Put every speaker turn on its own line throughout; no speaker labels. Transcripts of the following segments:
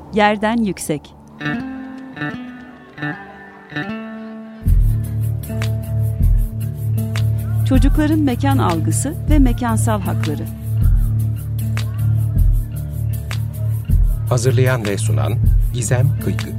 Yerden yüksek. Çocukların mekan algısı ve mekansal hakları.
Hazırlayan ve sunan Gizem Kıykı.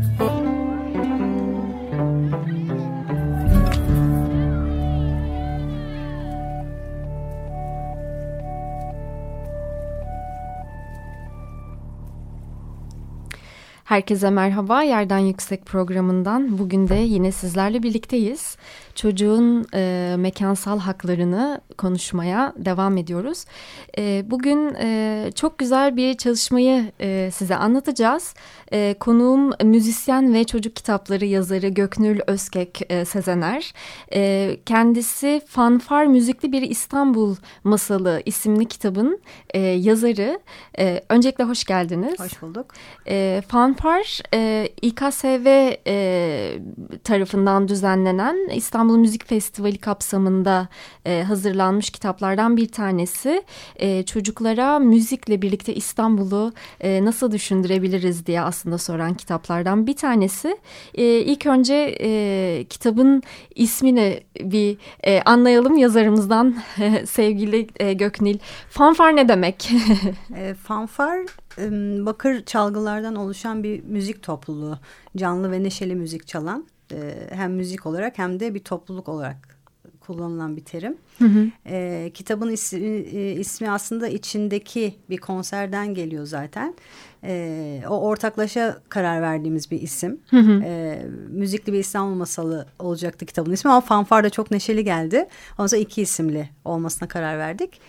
Herkese merhaba. Yerden Yüksek programından bugün de yine sizlerle birlikteyiz. Çocuğun mekansal haklarını konuşmaya devam ediyoruz. Bugün çok güzel bir çalışmayı size anlatacağız. Konuğum müzisyen ve çocuk kitapları yazarı Göknül Özkek Sezener. Kendisi Fanfar Müzikli Bir İstanbul Masalı isimli kitabın yazarı. Öncelikle hoş geldiniz.
Hoş bulduk.
Fanfar İKSV tarafından düzenlenen İstanbul Müzik Festivali kapsamında hazırlanmış kitaplardan bir tanesi. Çocuklara müzikle birlikte İstanbul'u nasıl düşündürebiliriz diye aslında soran kitaplardan bir tanesi. İlk önce kitabın ismini bir anlayalım yazarımızdan sevgili Göknil. Fanfar ne demek?
Fanfar bakır çalgılardan oluşan bir müzik topluluğu. Canlı ve neşeli müzik çalan hem müzik olarak hem de bir topluluk olarak kullanılan bir terim. Hı hı. Kitabın ismi aslında içindeki bir konserden geliyor zaten. O ortaklaşa karar verdiğimiz bir isim. Hı hı. Müzikli bir İstanbul Masalı olacaktı kitabın ismi ama Fanfar da çok neşeli geldi. Ondan sonra iki isimli olmasına karar verdik.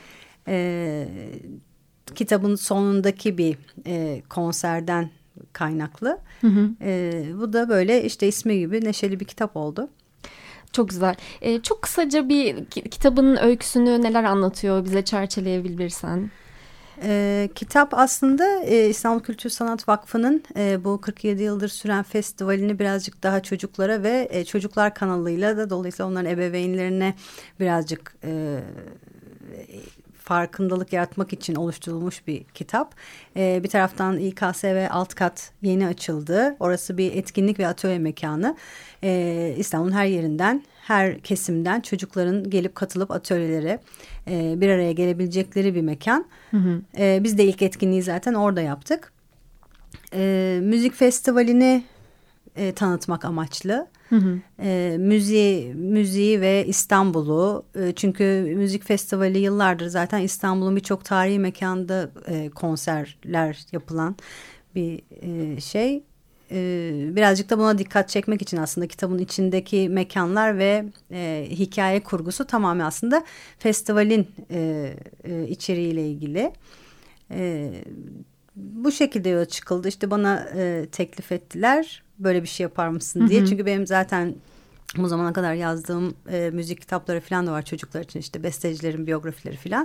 Kitabın sonundaki bir konserden kaynaklı. Hı hı. Bu da böyle işte ismi gibi neşeli bir kitap oldu.
Çok güzel. Çok kısaca bir kitabın öyküsünü neler anlatıyor bize çerçeveleyebilirsen.
Kitap aslında İstanbul Kültür Sanat Vakfı'nın bu 47 yıldır süren festivalini birazcık daha çocuklara ve çocuklar kanalıyla da dolayısıyla onların ebeveynlerine birazcık farkındalık yaratmak için oluşturulmuş bir kitap. Bir taraftan İKSV alt kat yeni açıldı. Orası bir etkinlik ve atölye mekanı. İstanbul'un her yerinden, her kesimden çocukların gelip katılıp atölyelere bir araya gelebilecekleri bir mekan. Hı hı. Biz de ilk etkinliği zaten orada yaptık. Müzik festivalini tanıtmak amaçlı. Hı hı. Müziği ve İstanbul'u çünkü müzik festivali yıllardır zaten İstanbul'un birçok tarihi mekanda konserler yapılan bir şey. Birazcık da buna dikkat çekmek için aslında kitabın içindeki mekanlar ve hikaye kurgusu tamamen aslında festivalin içeriğiyle ilgili. Bu şekilde yola çıkıldı. İşte bana teklif ettiler. Böyle bir şey yapar mısın diye. Hı hı. Çünkü benim zaten bu zamana kadar yazdığım müzik kitapları falan da var çocuklar için. İşte bestecilerin biyografileri falan.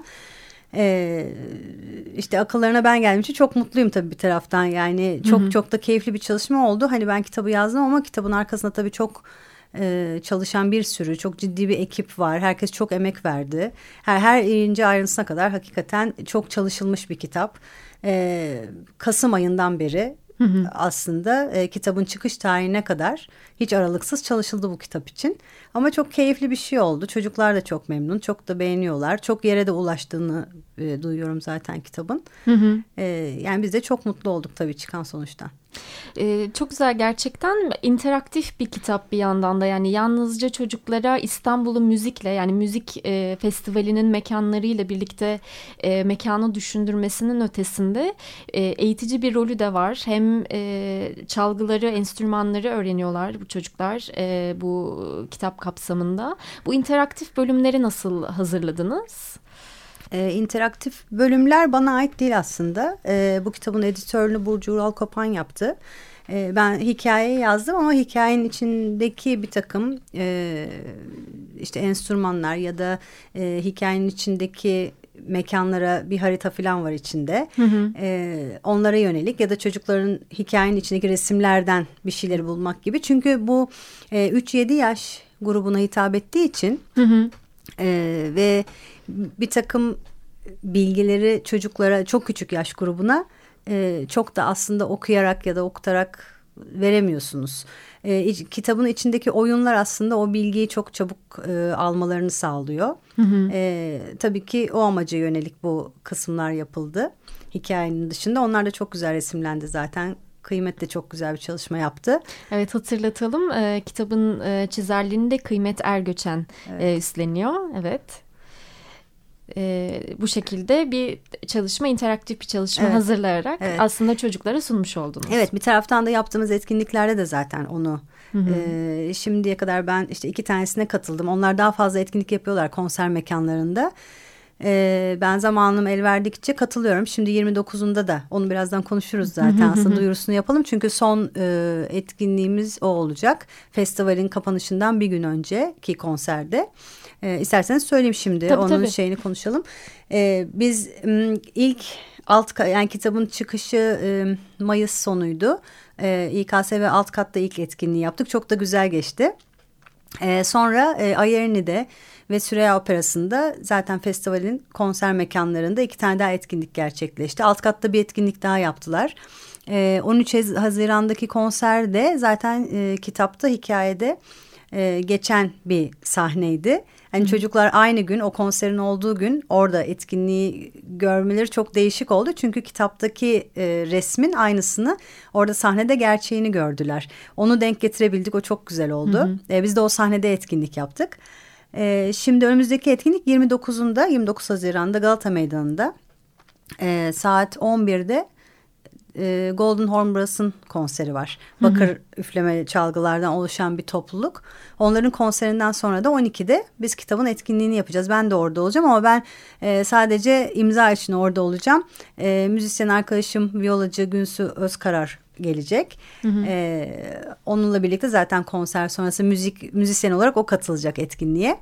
İşte akıllarına ben geldiğim için çok mutluyum tabii bir taraftan. Yani çok hı hı. çok da keyifli bir çalışma oldu. Hani ben kitabı yazdım ama kitabın arkasında tabii çok çalışan bir sürü çok ciddi bir ekip var. Herkes çok emek verdi. Her ince ayrıntısına kadar hakikaten çok çalışılmış bir kitap. Kasım ayından beri hı hı. aslında kitabın çıkış tarihine kadar hiç aralıksız çalışıldı bu kitap için. Ama çok keyifli bir şey oldu. Çocuklar da çok memnun, çok da beğeniyorlar. Çok yere de ulaştığını duyuyorum zaten kitabın. Hı hı. Yani biz de çok mutlu olduk tabii çıkan sonuçtan.
Çok güzel gerçekten interaktif bir kitap bir yandan da yani yalnızca çocuklara İstanbul'un müzikle yani müzik festivalinin mekanlarıyla birlikte mekanı düşündürmesinin ötesinde eğitici bir rolü de var. Hem çalgıları, enstrümanları öğreniyorlar bu çocuklar bu kitap kapsamında. Bu interaktif bölümleri nasıl hazırladınız?
İnteraktif bölümler bana ait değil aslında. Bu kitabın editörlüğünü Burcu Ural Kopan yaptı. Ben hikayeyi yazdım ama hikayenin içindeki bir takım işte enstrümanlar ya da hikayenin içindeki mekanlara bir harita falan var içinde. Hı hı. Onlara yönelik ya da çocukların hikayenin içindeki resimlerden bir şeyleri bulmak gibi. Çünkü bu 3-7 yaş grubuna hitap ettiği için hı hı. Ve bir takım bilgileri çocuklara çok küçük yaş grubuna çok da aslında okuyarak ya da okutarak veremiyorsunuz. Kitabın içindeki oyunlar aslında o bilgiyi çok çabuk almalarını sağlıyor. Tabii ki o amaca yönelik bu kısımlar yapıldı. Hikayenin dışında onlar da çok güzel resimlendi zaten. Kıymet de çok güzel bir çalışma yaptı.
Evet, hatırlatalım. Kitabın çizerliğini de Kıymet Ergöçen üstleniyor. Evet. Bu şekilde bir çalışma, interaktif bir çalışma hazırlayarak aslında çocuklara sunmuş oldunuz.
Evet, bir taraftan da yaptığımız etkinliklerde de zaten onu şimdiye kadar ben işte 2 tanesine katıldım. Onlar daha fazla etkinlik yapıyorlar konser mekanlarında. Ben zamanım el verdikçe katılıyorum. Şimdi 29'unda da onu birazdan konuşuruz zaten. Aslında duyurusunu yapalım. Çünkü son etkinliğimiz o olacak. Festivalin kapanışından bir gün önceki konserde. İsterseniz söyleyeyim şimdi. Tabii. Şeyini konuşalım. Biz ilk yani kitabın çıkışı Mayıs sonuydu. İKSV alt katta ilk etkinliği yaptık. Çok da güzel geçti. Sonra Ayerni'de ve Süreyya Operası'nda zaten festivalin konser mekanlarında 2 tane daha etkinlik gerçekleşti. Alt katta bir etkinlik daha yaptılar. 13 Haziran'daki konserde zaten kitapta, hikayede geçen bir sahneydi. Hani çocuklar aynı gün, o konserin olduğu gün orada etkinliği görmeleri çok değişik oldu. Çünkü kitaptaki resmin aynısını orada sahnede gerçeğini gördüler. Onu denk getirebildik, o çok güzel oldu. Biz de o sahnede etkinlik yaptık. Şimdi önümüzdeki etkinlik 29'unda, 29 Haziran'da Galata Meydanı'nda saat 11'de Golden Horn Brass'ın konseri var. Bakır üfleme çalgılardan oluşan bir topluluk. Onların konserinden sonra da 12'de biz kitabın etkinliğini yapacağız. Ben de orada olacağım ama ben sadece imza için orada olacağım. Müzisyen arkadaşım violacı Günsü Özkarar gelecek. Onunla birlikte zaten konser sonrası müzisyen olarak o katılacak etkinliğe.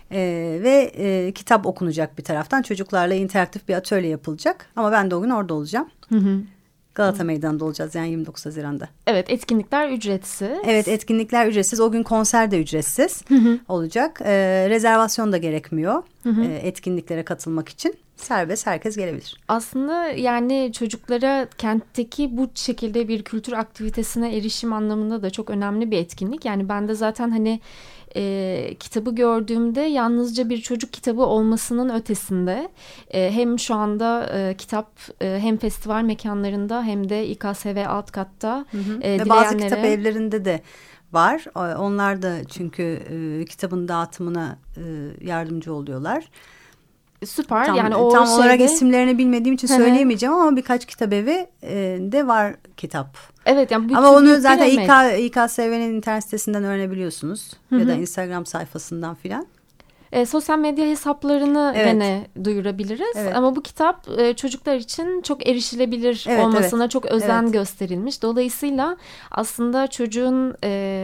Ve kitap okunacak bir taraftan. Çocuklarla interaktif bir atölye yapılacak. Ama ben de o gün orada olacağım. Galata Meydanı'nda olacağız yani 29 Haziran'da.
Evet, etkinlikler ücretsiz.
Evet, etkinlikler ücretsiz. O gün konser de ücretsiz olacak. Rezervasyon da gerekmiyor etkinliklere katılmak için. Serbest, herkes gelebilir.
Aslında yani çocuklara kentteki bu şekilde bir kültür aktivitesine erişim anlamında da çok önemli bir etkinlik. Yani ben de zaten hani kitabı gördüğümde yalnızca bir çocuk kitabı olmasının ötesinde hem şu anda kitap hem festival mekanlarında hem de İKSV alt katta
ve bazı kitap evlerinde de var. Onlar da çünkü kitabın dağıtımına yardımcı oluyorlar.
Süper.
Tam
yani
olarak isimlerini bilmediğim için söyleyemeyeceğim ama birkaç kitap evi de var kitap.
Evet, yani
ama onu zaten İKSV'nin internet sitesinden öğrenebiliyorsunuz ya da Instagram sayfasından filan.
Sosyal medya hesaplarını gene duyurabiliriz. Evet. Ama bu kitap çocuklar için çok erişilebilir olmasına çok özen gösterilmiş. Dolayısıyla aslında çocuğun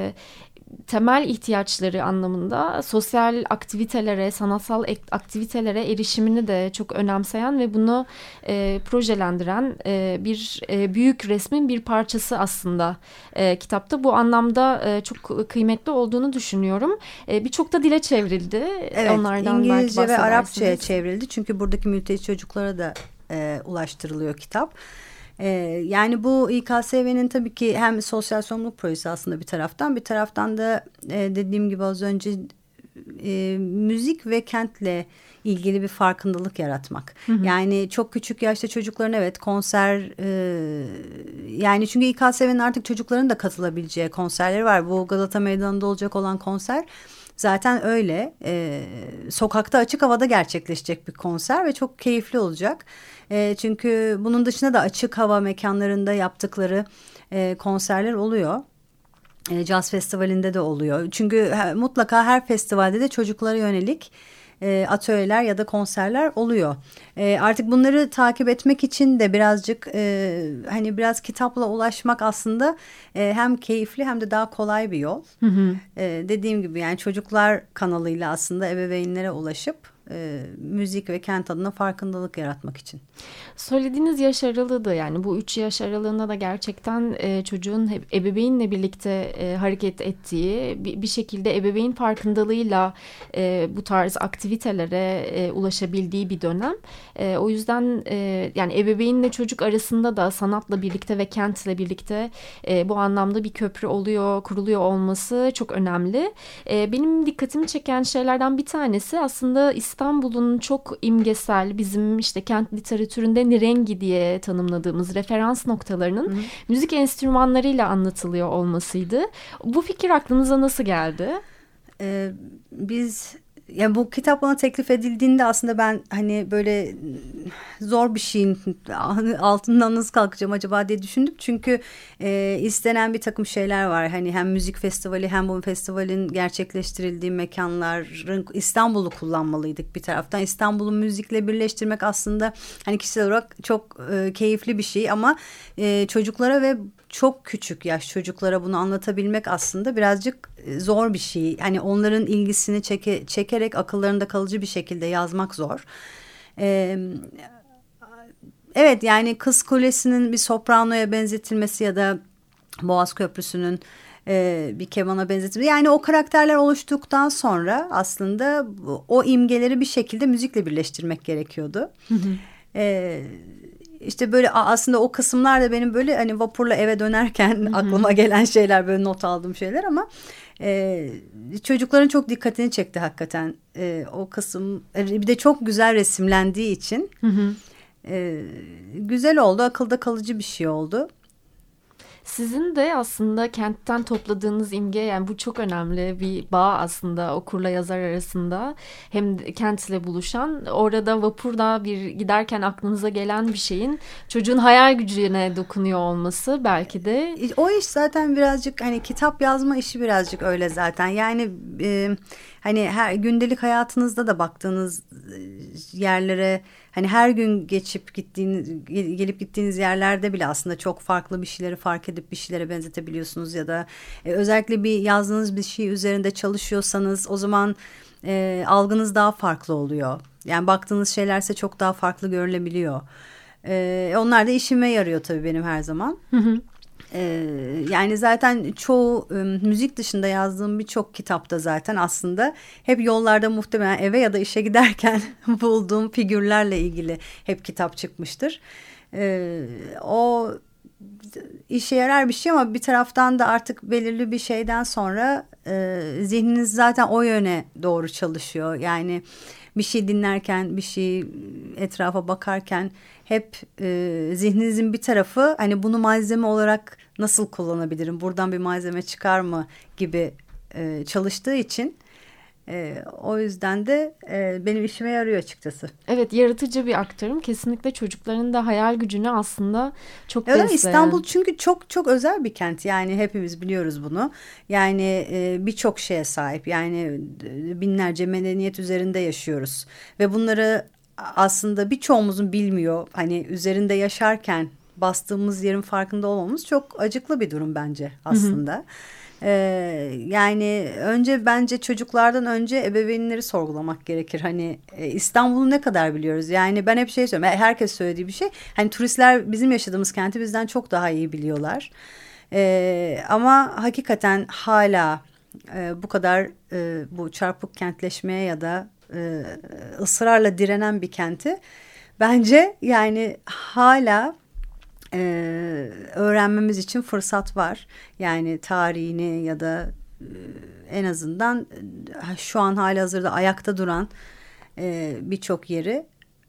temel ihtiyaçları anlamında sosyal aktivitelere, sanatsal aktivitelere erişimini de çok önemseyen ve bunu projelendiren bir büyük resmin bir parçası aslında kitapta. Bu anlamda çok kıymetli olduğunu düşünüyorum. Birçok da dile çevrildi.
Evet,
onlardan
İngilizce ve Arapçaya çevrildi. Çünkü buradaki mülteci çocuklara da ulaştırılıyor kitap. Yani bu İKSV'nin tabii ki hem sosyal sorumluluk projesi aslında bir taraftan da dediğim gibi az önce müzik ve kentle ilgili bir farkındalık yaratmak. Yani çok küçük yaşta çocukların konser yani çünkü İKSV'nin artık çocukların da katılabileceği konserleri var. Bu Galata Meydanı'nda olacak olan konser zaten öyle. Sokakta, açık havada gerçekleşecek bir konser ve çok keyifli olacak. Çünkü bunun dışında da açık hava mekanlarında yaptıkları konserler oluyor. Caz Festivali'nde de oluyor. Çünkü mutlaka her festivalde de çocuklara yönelik atölyeler ya da konserler oluyor. Artık bunları takip etmek için de birazcık hani biraz kitapla ulaşmak aslında hem keyifli hem de daha kolay bir yol. Dediğim gibi yani çocuklar kanalıyla aslında ebeveynlere ulaşıp müzik ve kent adına farkındalık yaratmak için.
Söylediğiniz yaş aralığı da, yani bu 3 yaş aralığında da gerçekten çocuğun ebeveynle birlikte hareket ettiği, bir şekilde ebeveyn farkındalığıyla bu tarz aktivitelere ulaşabildiği bir dönem. O yüzden yani ebeveynle çocuk arasında da sanatla birlikte ve kentle birlikte bu anlamda bir köprü kuruluyor olması çok önemli. Benim dikkatimi çeken şeylerden bir tanesi aslında İstanbul'un çok imgesel, bizim işte kent literatüründe nirengi diye tanımladığımız referans noktalarının müzik enstrümanlarıyla anlatılıyor olmasıydı. Bu fikir aklınıza nasıl geldi?
Yani bu kitap bana teklif edildiğinde aslında ben hani böyle zor bir şeyin altından nasıl kalkacağım acaba diye düşündüm. Çünkü istenen bir takım şeyler var. Hani hem müzik festivali hem bu festivalin gerçekleştirildiği mekanların İstanbul'u kullanmalıydık bir taraftan. İstanbul'u müzikle birleştirmek aslında hani kişisel olarak çok keyifli bir şey ama çocuklara ve çok küçük yaş çocuklara bunu anlatabilmek aslında birazcık zor bir şey. Hani onların ilgisini çekerek akıllarında kalıcı bir şekilde yazmak zor. Evet, yani Kız Kulesi'nin bir sopranoya benzetilmesi ya da Boğaz Köprüsü'nün bir kemana benzetilmesi. Yani o karakterler oluştuktan sonra aslında o imgeleri bir şekilde müzikle birleştirmek gerekiyordu. İşte böyle aslında o kısımlar da benim böyle hani vapurla eve dönerken aklıma gelen şeyler, böyle not aldığım şeyler ama çocukların çok dikkatini çekti hakikaten o kısım. Bir de çok güzel resimlendiği için güzel oldu, akılda kalıcı bir şey oldu.
Sizin de aslında kentten topladığınız imge, yani bu çok önemli bir bağ aslında okurla yazar arasında, hem kentle buluşan, orada vapurda bir giderken aklınıza gelen bir şeyin çocuğun hayal gücüne dokunuyor olması belki de.
O iş zaten birazcık hani kitap yazma işi birazcık öyle zaten yani hani her gündelik hayatınızda da baktığınız yerlere, hani her gün gelip gittiğiniz yerlerde bile aslında çok farklı bir şeyleri fark edip bir şeylere benzetebiliyorsunuz ya da özellikle bir yazdığınız bir şey üzerinde çalışıyorsanız o zaman algınız daha farklı oluyor. Yani baktığınız şeylerse çok daha farklı görülebiliyor. Onlar da işime yarıyor tabii benim her zaman. Yani zaten çoğu müzik dışında yazdığım birçok kitapta zaten aslında hep yollarda muhtemelen eve ya da işe giderken bulduğum figürlerle ilgili hep kitap çıkmıştır. O işe yarar bir şey ama bir taraftan da artık belirli bir şeyden sonra zihniniz zaten o yöne doğru çalışıyor. Yani bir şey dinlerken, bir şey etrafa bakarken hep zihninizin bir tarafı hani bunu malzeme olarak nasıl kullanabilirim, buradan bir malzeme çıkar mı gibi çalıştığı için o yüzden de benim işime yarıyor açıkçası.
Evet, yaratıcı bir aktarım. Kesinlikle çocukların da hayal gücünü aslında çok besleyen.
İstanbul çünkü çok çok özel bir kent. Yani hepimiz biliyoruz bunu. Yani birçok şeye sahip. Yani binlerce medeniyet üzerinde yaşıyoruz. Ve bunları aslında birçoğumuzun bilmiyor. Hani üzerinde yaşarken bastığımız yerin farkında olmamız çok acıklı bir durum bence aslında. Yani önce bence çocuklardan önce ebeveynleri sorgulamak gerekir. Hani İstanbul'u ne kadar biliyoruz? Yani ben hep şey söylüyorum. Herkes söylediği bir şey. Hani turistler bizim yaşadığımız kenti bizden çok daha iyi biliyorlar. Ama hakikaten hala bu kadar bu çarpık kentleşmeye ya da ısrarla direnen bir kenti bence yani hala öğrenmemiz için fırsat var. Yani tarihini ya da en azından şu an halihazırda ayakta duran birçok yeri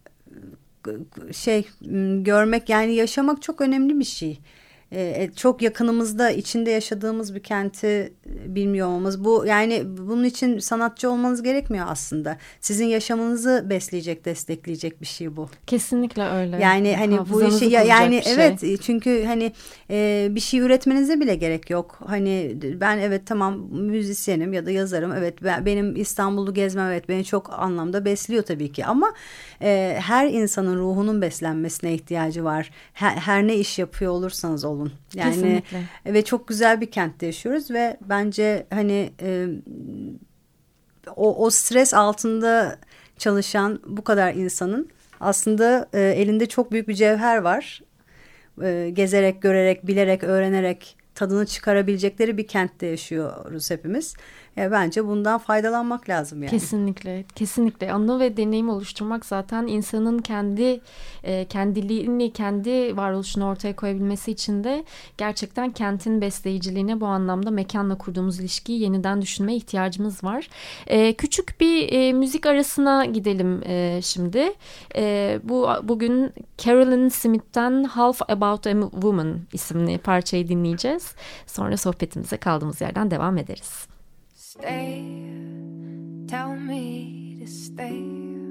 görmek, yani yaşamak çok önemli bir şey. Çok yakınımızda, içinde yaşadığımız bir kenti bilmiyor olmamız, bu yani bunun için sanatçı olmanız gerekmiyor aslında. Sizin yaşamınızı besleyecek, destekleyecek bir şey bu.
Kesinlikle öyle.
Yani hani bu işi yani evet şey. Çünkü hani bir şey üretmenize bile gerek yok. Hani ben evet tamam müzisyenim ya da yazarım. Evet benim İstanbul'u gezmem evet beni çok anlamda besliyor tabii ki ama her insanın ruhunun beslenmesine ihtiyacı var. Her ne iş yapıyor olursanız olun. Yani kesinlikle. Ve çok güzel bir kentte yaşıyoruz ve bence hani o stres altında çalışan bu kadar insanın aslında elinde çok büyük bir cevher var. Gezerek, görerek, bilerek, öğrenerek tadını çıkarabilecekleri bir kentte yaşıyoruz hepimiz. Bence bundan faydalanmak lazım yani.
Kesinlikle, kesinlikle. Anı ve deneyim oluşturmak zaten insanın kendiliğini, kendi varoluşunu ortaya koyabilmesi için de gerçekten kentin besleyiciliğine, bu anlamda mekanla kurduğumuz ilişkiyi yeniden düşünmeye ihtiyacımız var. Küçük bir müzik arasına gidelim şimdi. Bugün Carolyn Smith'ten Half About a Woman isimli parçayı dinleyeceğiz. Sonra sohbetimize kaldığımız yerden devam ederiz.
Stay, tell me to stay.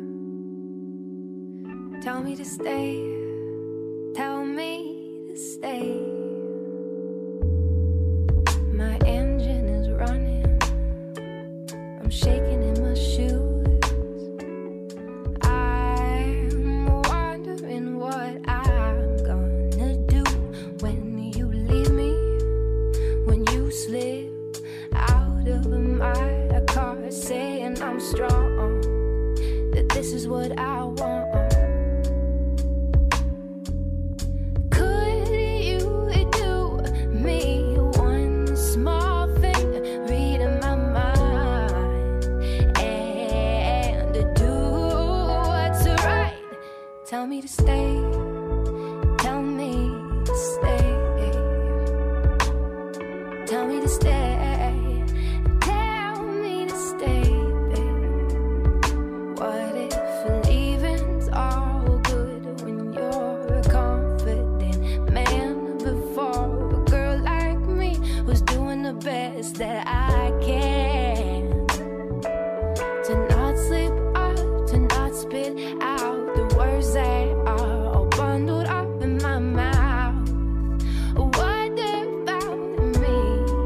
Tell me to stay, tell me to stay. My engine is running, I'm shaking in my shoes. I'm wondering what I'm gonna do when you leave me, when you slip out of my car, saying I'm strong, that this is what I want. Could you do me one small thing, reading my mind, and do what's right? Tell me to stay, tell me to stay, tell me to stay. That I can, to not slip up, to not spit out the words that are all bundled up in my mouth. What about me?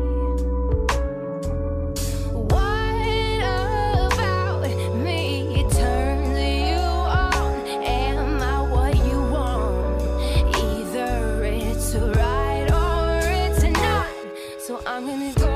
What about me? It turns you on. Am I what you want? Either it's right or it's not. So I'm gonna go.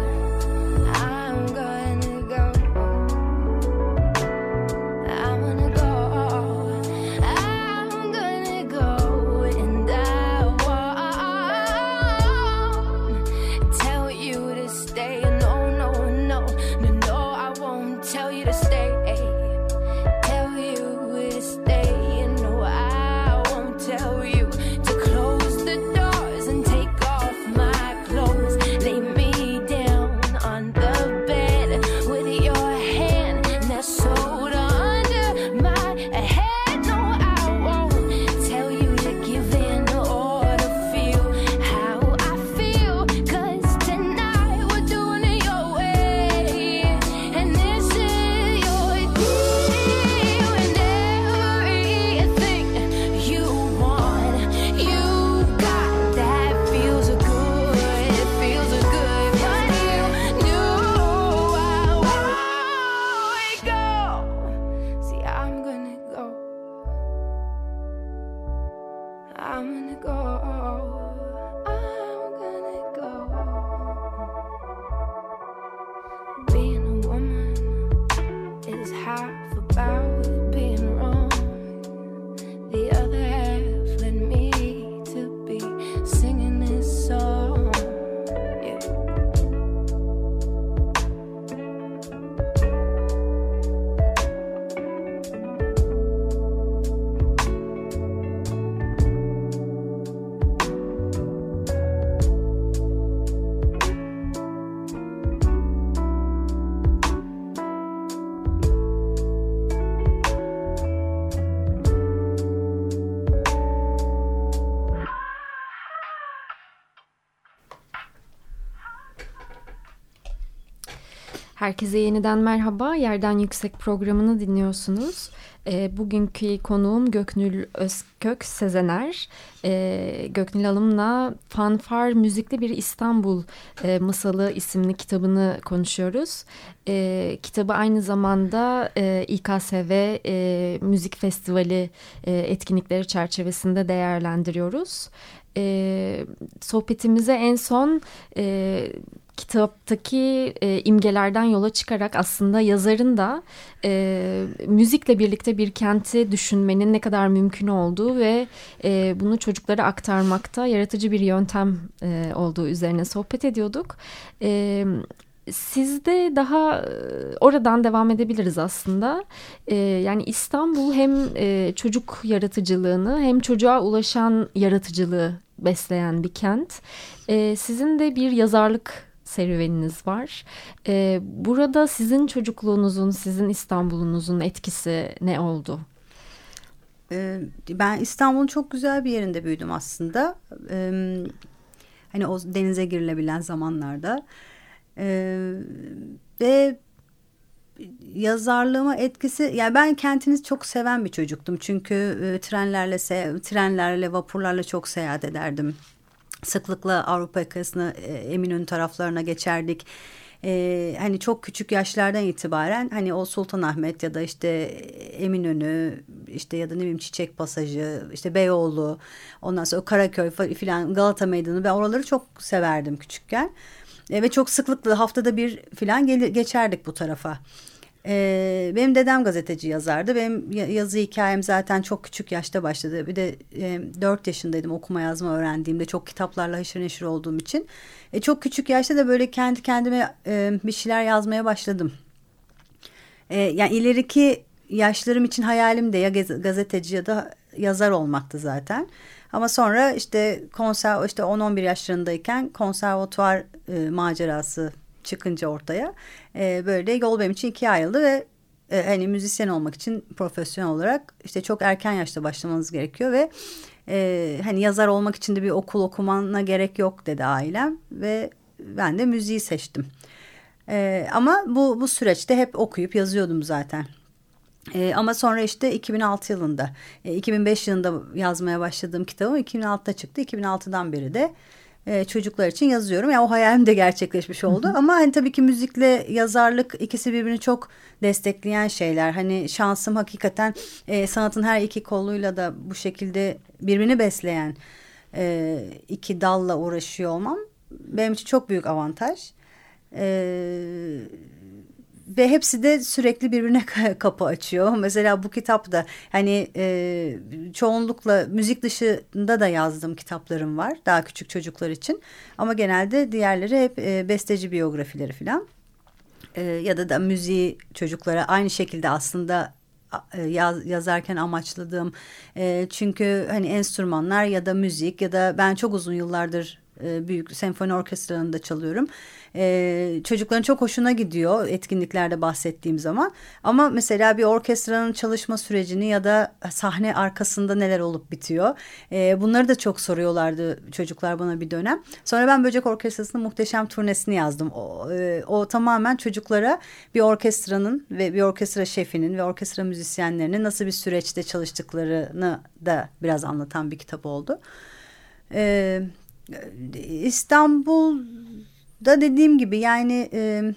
Herkese yeniden merhaba. Yerden Yüksek programını dinliyorsunuz. Bugünkü konuğum Göknül Özkök Sezener. Göknül Hanım'la Fanfar Müzikli Bir İstanbul Masalı isimli kitabını konuşuyoruz. Kitabı aynı zamanda İKSV Müzik Festivali etkinlikleri çerçevesinde değerlendiriyoruz. Sohbetimize en son kitaptaki imgelerden yola çıkarak aslında yazarın da müzikle birlikte bir kenti düşünmenin ne kadar mümkün olduğu ve bunu çocuklara aktarmakta yaratıcı bir yöntem olduğu üzerine sohbet ediyorduk. Sizde daha oradan devam edebiliriz aslında. Yani İstanbul hem çocuk yaratıcılığını hem çocuğa ulaşan yaratıcılığı besleyen bir kent. Sizin de bir yazarlık serüveniniz var. Burada sizin çocukluğunuzun, sizin İstanbul'unuzun etkisi ne oldu?
Ben İstanbul'un çok güzel bir yerinde büyüdüm aslında. Hani o denize girilebilen zamanlarda. Ve yazarlığıma etkisi, yani ben kentini çok seven bir çocuktum. Çünkü trenlerle, vapurlarla çok seyahat ederdim. Sıklıkla Avrupa yakasına, Eminönü taraflarına geçerdik. Hani çok küçük yaşlardan itibaren hani o Sultanahmet ya da işte Eminönü, işte ya da ne bileyim Çiçek Pasajı, işte Beyoğlu, ondan sonra Karaköy filan, Galata Meydanı, ben oraları çok severdim küçükken. Ve çok sıklıkla haftada bir filan geçerdik bu tarafa. Benim dedem gazeteci yazardı. Benim yazı hikayem zaten çok küçük yaşta başladı. Bir de 4 yaşındaydım okuma yazma öğrendiğimde, çok kitaplarla haşır neşir olduğum için. Çok küçük yaşta da böyle kendi kendime bir şeyler yazmaya başladım. Yani ileriki yaşlarım için hayalim de ya gazeteci ya da yazar olmaktı zaten. Ama sonra işte 10-11 yaşlarındayken konservatuvar macerası çıkınca ortaya böyle yol benim için ikiye ayrıldı ve hani müzisyen olmak için profesyonel olarak işte çok erken yaşta başlamanız gerekiyor ve hani yazar olmak için de bir okul okumana gerek yok dedi ailem ve ben de müziği seçtim. Ama bu süreçte hep okuyup yazıyordum zaten. Ama sonra işte 2006 yılında, 2005 yılında yazmaya başladığım kitabım 2006'da çıktı. 2006'dan beri de çocuklar için yazıyorum. Yani o hayalim de gerçekleşmiş oldu. Ama hani tabii ki müzikle yazarlık ikisi birbirini çok destekleyen şeyler. Hani şansım hakikaten sanatın her iki koluyla da bu şekilde birbirini besleyen iki dalla uğraşıyor olmam benim için çok büyük avantaj. Ve hepsi de sürekli birbirine kapı açıyor. Mesela bu kitap da hani çoğunlukla müzik dışında da yazdığım kitaplarım var. Daha küçük çocuklar için. Ama genelde diğerleri hep besteci biyografileri falan. Ya da müziği çocuklara aynı şekilde aslında yazarken amaçladığım. Çünkü hani enstrümanlar ya da müzik ya da ben çok uzun yıllardır büyük senfoni orkestralarında çalıyorum. Çocukların çok hoşuna gidiyor etkinliklerde bahsettiğim zaman. Ama mesela bir orkestranın çalışma sürecini ya da sahne arkasında neler olup bitiyor. Bunları da çok soruyorlardı çocuklar bana bir dönem. Sonra ben Böcek Orkestrası'nın muhteşem turnesini yazdım. O tamamen çocuklara bir orkestranın ve bir orkestra şefinin ve orkestra müzisyenlerinin nasıl bir süreçte çalıştıklarını da biraz anlatan bir kitap oldu. İstanbul'da dediğim gibi yani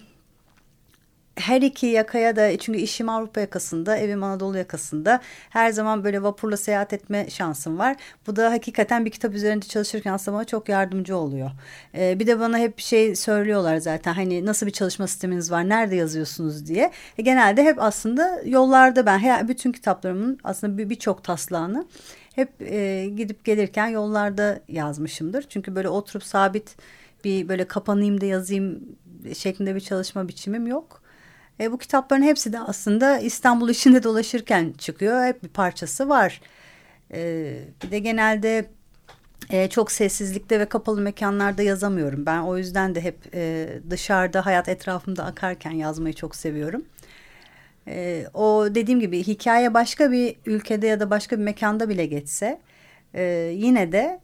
her iki yakaya da, çünkü işim Avrupa yakasında, evim Anadolu yakasında, her zaman böyle vapurla seyahat etme şansım var. Bu da hakikaten bir kitap üzerinde çalışırken aslında bana çok yardımcı oluyor. Bir de bana hep şey söylüyorlar zaten, hani nasıl bir çalışma sisteminiz var, nerede yazıyorsunuz diye. Genelde hep aslında yollarda, ben bütün kitaplarımın aslında birçok taslağını hep gidip gelirken yollarda yazmışımdır. Çünkü böyle oturup sabit bir böyle kapanayım da yazayım şeklinde bir çalışma biçimim yok. Bu kitapların hepsi de aslında İstanbul içinde dolaşırken çıkıyor. Hep bir parçası var. Bir de genelde çok sessizlikte ve kapalı mekanlarda yazamıyorum. Ben o yüzden de hep dışarıda, hayat etrafımda akarken yazmayı çok seviyorum. O dediğim gibi hikaye başka bir ülkede ya da başka bir mekanda bile geçse yine de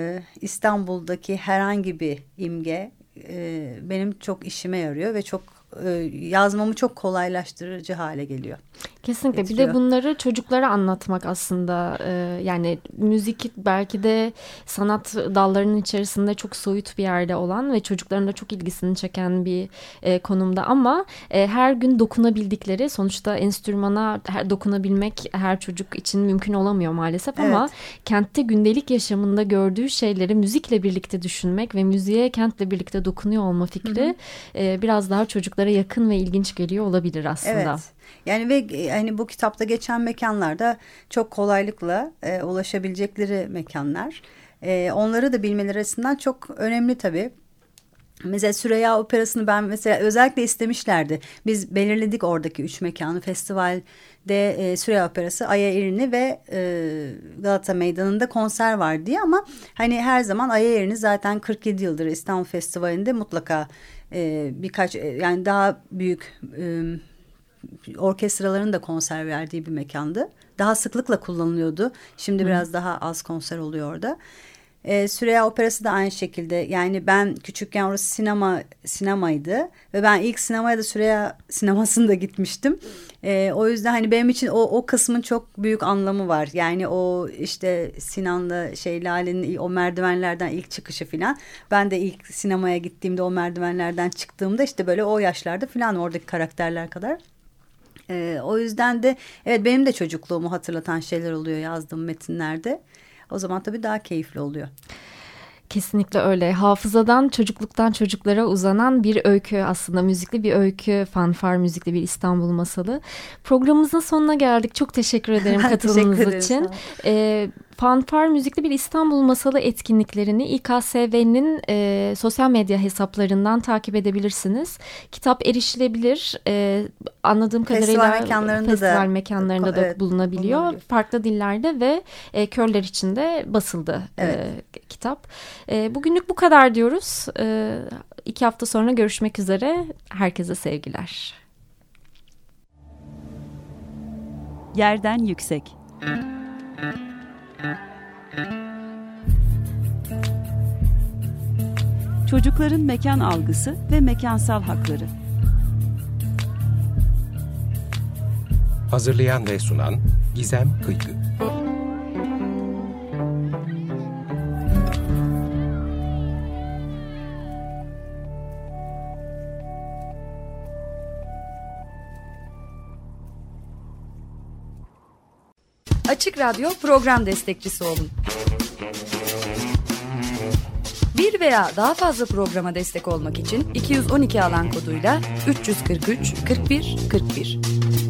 İstanbul'daki herhangi bir imge benim çok işime yarıyor ve çok yazmamı çok kolaylaştırıcı hale geliyor.
Kesinlikle.
Getiriyor.
Bir de bunları çocuklara anlatmak aslında yani müzik belki de sanat dallarının içerisinde çok soyut bir yerde olan ve çocukların da çok ilgisini çeken bir konumda ama her gün dokunabildikleri, sonuçta enstrümana dokunabilmek her çocuk için mümkün olamıyor maalesef ama kentte gündelik yaşamında gördüğü şeyleri müzikle birlikte düşünmek ve müziğe kentle birlikte dokunuyor olma fikri biraz daha çocuklara yakın ve ilginç geliyor olabilir aslında.
Evet. Yani ve hani bu kitapta geçen mekanlarda çok kolaylıkla ulaşabilecekleri mekanlar. Onları da bilmeleri açısından çok önemli tabii. Mesela Süreyya Operası'nı ben mesela özellikle istemişlerdi. Biz belirledik oradaki 3 mekanı. Festivalde Süreyya Operası, Aya Erini ve Galata Meydanı'nda konser var diye ama hani her zaman Aya Erini zaten 47 yıldır İstanbul Festivali'nde mutlaka birkaç yani daha büyük orkestraların da konser verdiği bir mekandı. Daha sıklıkla kullanılıyordu. Şimdi biraz daha az konser oluyor orada. Süreyya Operası da aynı şekilde. Yani ben küçükken orası sinemaydı ve ben ilk sinemaya da Süreyya sinemasında gitmiştim. O yüzden hani benim için o kısmın çok büyük anlamı var. Yani o işte Sinan'la Lale'nin o merdivenlerden ilk çıkışı falan. Ben de ilk sinemaya gittiğimde o merdivenlerden çıktığımda işte böyle o yaşlarda falan oradaki karakterler kadar. O yüzden de evet benim de çocukluğumu hatırlatan şeyler oluyor yazdığım metinlerde. O zaman tabii daha keyifli oluyor.
Kesinlikle öyle. Hafızadan, çocukluktan çocuklara uzanan bir öykü aslında. Müzikli bir öykü, fanfar müzikli bir İstanbul Masalı. Programımızın sonuna geldik. Çok teşekkür ederim katılımınız için. Fanfar müzikli bir İstanbul Masalı etkinliklerini İKSV'nin sosyal medya hesaplarından takip edebilirsiniz. Kitap erişilebilir. Anladığım kadarıyla festival mekanlarında da bulunabiliyor. Farklı dillerde ve körler için de basıldı kitap. Bugünlük bu kadar diyoruz. 2 hafta sonra görüşmek üzere. Herkese sevgiler.
Yerden yüksek. Çocukların mekan algısı ve mekansal hakları.
Hazırlayan ve sunan Gizem Kıykı.
Açık Radyo program destekçisi olun. Bir veya daha fazla programa destek olmak için 212 alan koduyla 343 41 41.